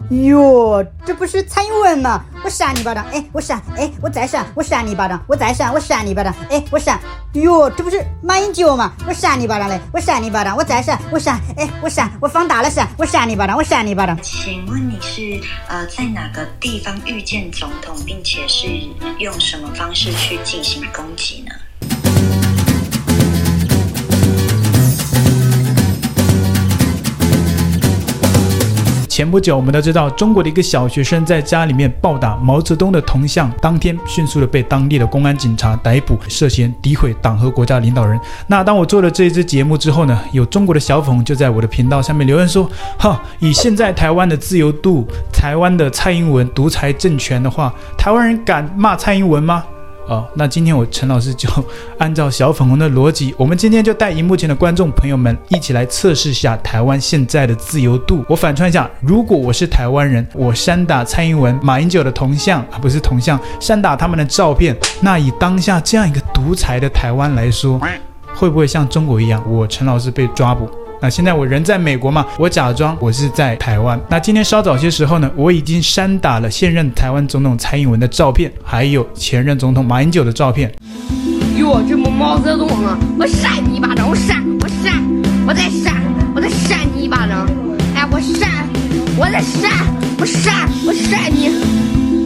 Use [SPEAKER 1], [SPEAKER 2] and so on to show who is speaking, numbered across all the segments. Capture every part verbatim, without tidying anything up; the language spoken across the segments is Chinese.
[SPEAKER 1] 哟，这不是蔡英文吗？我扇你一巴掌，哎，我扇，哎，我再扇，我扇你一巴掌，我再扇，我扇你一巴掌，哎，我扇。哟，这不是马英九吗？我扇你一巴掌嘞，我扇你一巴掌，我再扇，我扇，哎，我扇，我放大了扇，我扇你一巴掌，我扇你一巴掌。
[SPEAKER 2] 请问你是呃在哪个地方遇见总统，并且是用什么方式去进行攻击呢？
[SPEAKER 3] 前不久我们都知道，中国的一个小学生在家里面暴打毛泽东的铜像，当天迅速的被当地的公安警察逮捕，涉嫌诋毁党和国家领导人。那当我做了这一支节目之后呢，有中国的小粉红就在我的频道下面留言说，哈，以现在台湾的自由度，台湾的蔡英文独裁政权的话，台湾人敢骂蔡英文吗？哦，那今天我陈老师就按照小粉红的逻辑，我们今天就带荧幕前的观众朋友们一起来测试下台湾现在的自由度。我反串一下，如果我是台湾人，我扇打蔡英文、马英九的铜像啊，不是铜像，扇打他们的照片，那以当下这样一个独裁的台湾来说，会不会像中国一样，我陈老师被抓捕？那现在我人在美国嘛，我假装我是在台湾。那今天稍早些时候呢，我已经扇打了现任台湾总统蔡英文的照片，还有前任总统马英九的照片。
[SPEAKER 4] 哟，这么毛泽东啊！我扇你一巴掌，我扇，我扇，我再扇，我再扇你一巴掌。哎，我扇，我再扇，我扇，我扇你。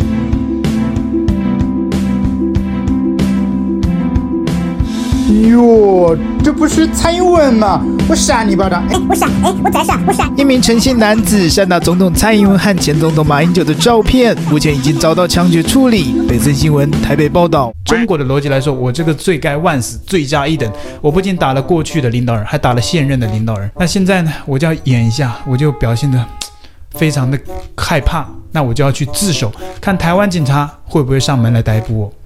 [SPEAKER 1] 哟，这不是蔡英文吗？我扇你一巴掌，哎，我扇，哎，我再扇，我扇。
[SPEAKER 5] 一名陈姓男子扇打总统蔡英文和前总统马英九的照片，目前已经遭到枪决处理。北森新闻台北报道。
[SPEAKER 3] 中国的逻辑来说，我这个罪该万死，罪加一等。我不仅打了过去的领导人，还打了现任的领导人。那现在呢，我就要演一下，我就表现得非常的害怕，那我就要去自首，看台湾警察会不会上门来逮捕我。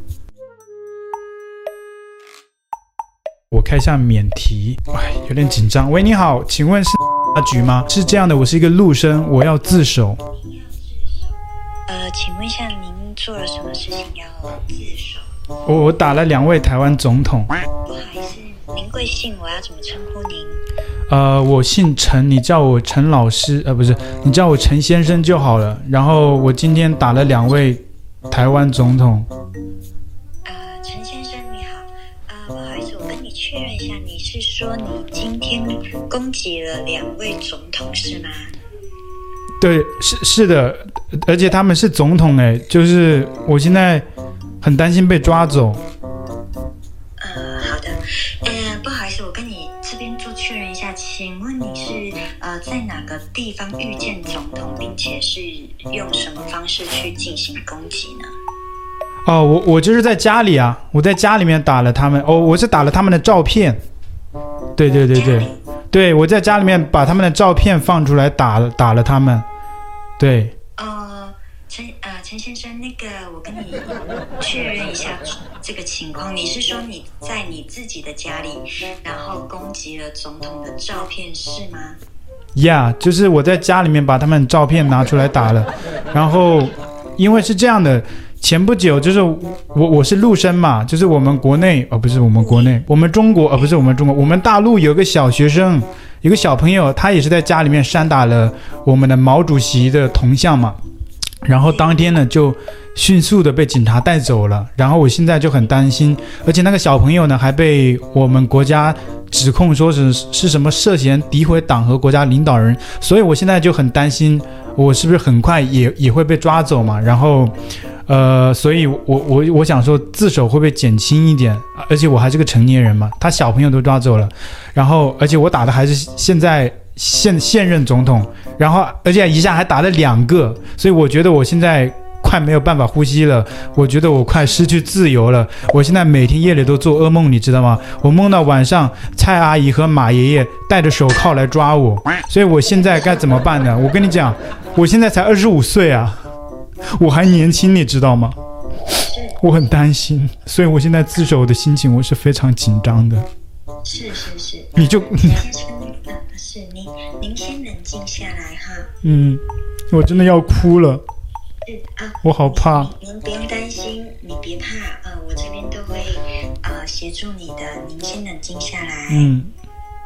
[SPEAKER 3] 我开下免提，哎，有点紧张。喂，你好，请问是局吗？是这样的，我是一个陆生，我要自首。
[SPEAKER 2] 呃，请问一下，您做了什么事情要自首？
[SPEAKER 3] 我我打了两位台湾总统。
[SPEAKER 2] 不好意思，您贵姓？我要怎么称呼您？
[SPEAKER 3] 呃，我姓陈，你叫我陈老师，呃，不是，你叫我陈先生就好了。然后我今天打了两位台湾总统。
[SPEAKER 2] 确认一下，你是说你今天攻击了两位总统是吗？
[SPEAKER 3] 对，是是的，而且他们是总统哎，就是我现在很担心被抓走。
[SPEAKER 2] 呃，好的，呃，不好意思，我跟你这边做确认一下，请问你是呃在哪个地方遇见总统，并且是用什么方式去进行攻击呢？
[SPEAKER 3] 哦，我我就是在家里啊，我在家里面打了他们。哦，我是打了他们的照片。对对对对，对，我在家里面把他们的照片放出来打了打了他们。对。
[SPEAKER 2] 呃，陈呃陈先生，那个我跟你确认一下这个情况，你是说你在你自己的家里，然后攻击了总统的照片是吗？
[SPEAKER 3] 呀、yeah, 就是我在家里面把他们照片拿出来打了，然后因为是这样的。前不久就是我我是陆生嘛，就是我们国内哦不是我们国内，我们中国哦不是我们中国，我们大陆有个小学生，有个小朋友，他也是在家里面扇打了我们的毛主席的铜像嘛，然后当天呢就迅速的被警察带走了，然后我现在就很担心，而且那个小朋友呢还被我们国家指控说是是什么涉嫌诋毁党和国家领导人，所以我现在就很担心我是不是很快也也会被抓走嘛，然后呃，所以我我我想说自首会不会减轻一点，而且我还是个成年人嘛，他小朋友都抓走了，然后而且我打的还是现在现现任总统，然后而且一下还打了两个，所以我觉得我现在快没有办法呼吸了，我觉得我快失去自由了，我现在每天夜里都做噩梦，你知道吗？我梦到晚上蔡阿姨和马爷爷戴着手铐来抓我，所以我现在该怎么办呢？我跟你讲，我现在才二十五岁啊，我还年轻，你知道吗？我很担心，所以我现在自首的心情我是非常紧张的。
[SPEAKER 2] 是是是，
[SPEAKER 3] 你就
[SPEAKER 2] 先生，呃，是您您先冷静下来哈。
[SPEAKER 3] 嗯，我真的要哭了。
[SPEAKER 2] 是啊，
[SPEAKER 3] 我好怕。
[SPEAKER 2] 您不用担心，你别怕，呃，我这边都会呃协助你的，您先冷静下来。
[SPEAKER 3] 嗯。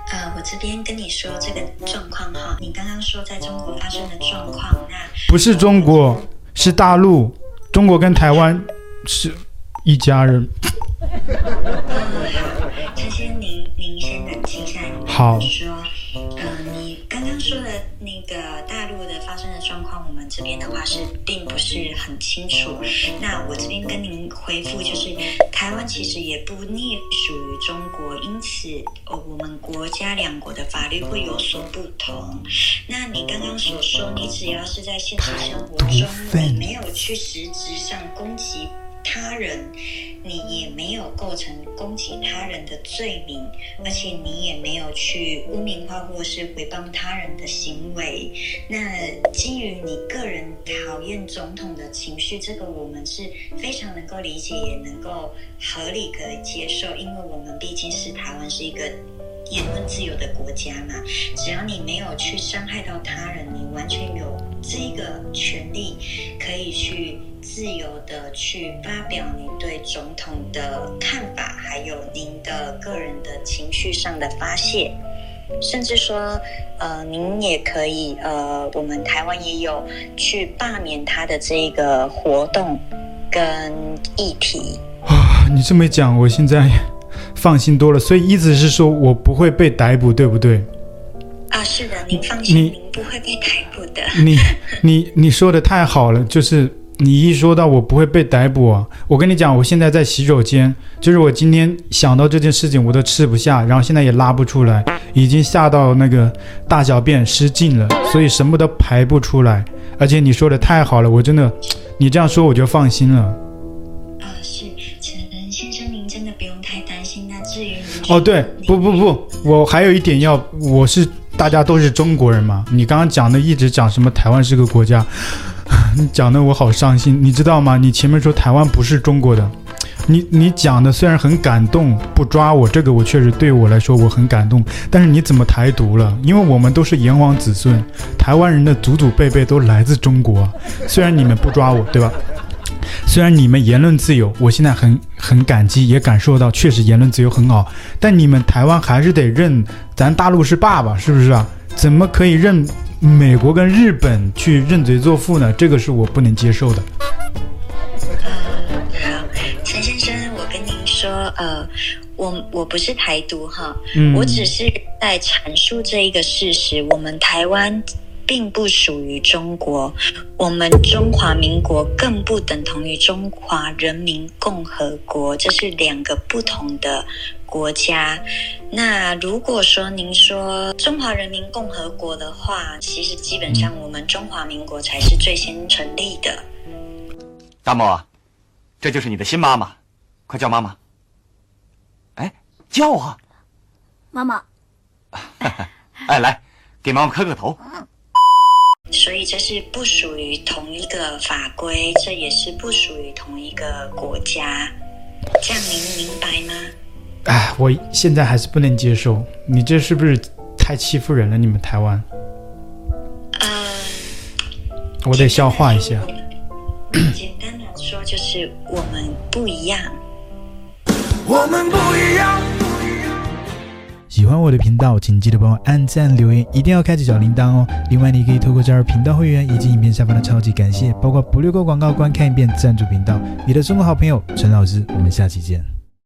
[SPEAKER 2] 呃，我这边跟你说这个状况哈，你刚刚说在中国发生的状况，那
[SPEAKER 3] 不是中国，是大陆，中国跟台湾是一家人。
[SPEAKER 2] 呃，好，陈先您您先冷静下来，你
[SPEAKER 3] 好
[SPEAKER 2] 说，呃，你刚刚说的那个大陆的发生的状况，我们这边的话是并不是很清楚。那我这边跟您回复就是，台湾其实也不隶属于中国，因此哦，我们国家两国的法律会有所不同。那你刚刚所说，你只要是在现实生活中，你没有去实质上攻击他人，你也没有构成攻击他人的罪名，而且你也没有去污名化或是诽谤他人的行为。那基于你个人讨厌总统的情绪，这个我们是非常能够理解，也能够合理可以接受，因为我们毕竟是台湾是一个言论自由的国家嘛，只要你没有去伤害到他人，你完全有这个权利可以去自由的去发表你对总统的看法，还有您的个人的情绪上的发泄，甚至说呃，您也可以呃，我们台湾也有去罢免他的这个活动跟议题
[SPEAKER 3] 啊。你这么一讲，我现在放心多了。所以意思是说我不会被逮捕，对不对？
[SPEAKER 2] 啊，是的，您放心，您不会被逮捕的。
[SPEAKER 3] 你你你说的太好了，就是你一说到我不会被逮捕啊，我跟你讲，我现在在洗手间，就是我今天想到这件事情我都吃不下，然后现在也拉不出来，已经吓到那个大小便失禁了，所以什么都排不出来。而且你说的太好了，我真的，你这样说我就放心了。
[SPEAKER 2] 啊，是陈先生，您真的不用太担心。那至于您
[SPEAKER 3] 哦，对，不不不，我还有一点要，我是大家都是中国人嘛，你刚刚讲的一直讲什么台湾是个国家，你讲的我好伤心，你知道吗？你前面说台湾不是中国的，你你讲的虽然很感动，不抓我这个我确实对我来说我很感动，但是你怎么台独了？因为我们都是炎黄子孙，台湾人的祖祖辈辈都来自中国，虽然你们不抓我，对吧？虽然你们言论自由，我现在很很感激，也感受到确实言论自由很好，但你们台湾还是得认咱大陆是爸爸，是不是啊？怎么可以认美国跟日本去认贼作父呢？这个是我不能接受的。
[SPEAKER 2] 呃，好，陈先生，我跟您说，呃，我我不是台独哈，嗯，我只是在阐述这一个事实，我们台湾并不属于中国，我们中华民国更不等同于中华人民共和国，这是两个不同的国家。那如果说您说中华人民共和国的话，其实基本上我们中华民国才是最先成立的。
[SPEAKER 6] 大漠，这就是你的新妈妈，快叫妈妈。哎，叫啊，
[SPEAKER 7] 妈妈。
[SPEAKER 6] 哎，来，给妈妈磕个头。
[SPEAKER 2] 所以这是不属于同一个法规，这也是不属于同一个国家，这样您明白吗？
[SPEAKER 3] 哎，我现在还是不能接受，你这是不是太欺负人了？你们台湾，
[SPEAKER 2] 呃，
[SPEAKER 3] 我得消化一下。
[SPEAKER 2] 简单来说，就是我们不一样。
[SPEAKER 5] 我们不一样。喜欢我的频道，请记得帮我按赞留言，一定要开启小铃铛哦。另外，你可以透过加入频道会员以及影片下方的超级感谢，包括不略过广告、观看一遍赞助频道。你的中国好朋友陈老师，我们下期见。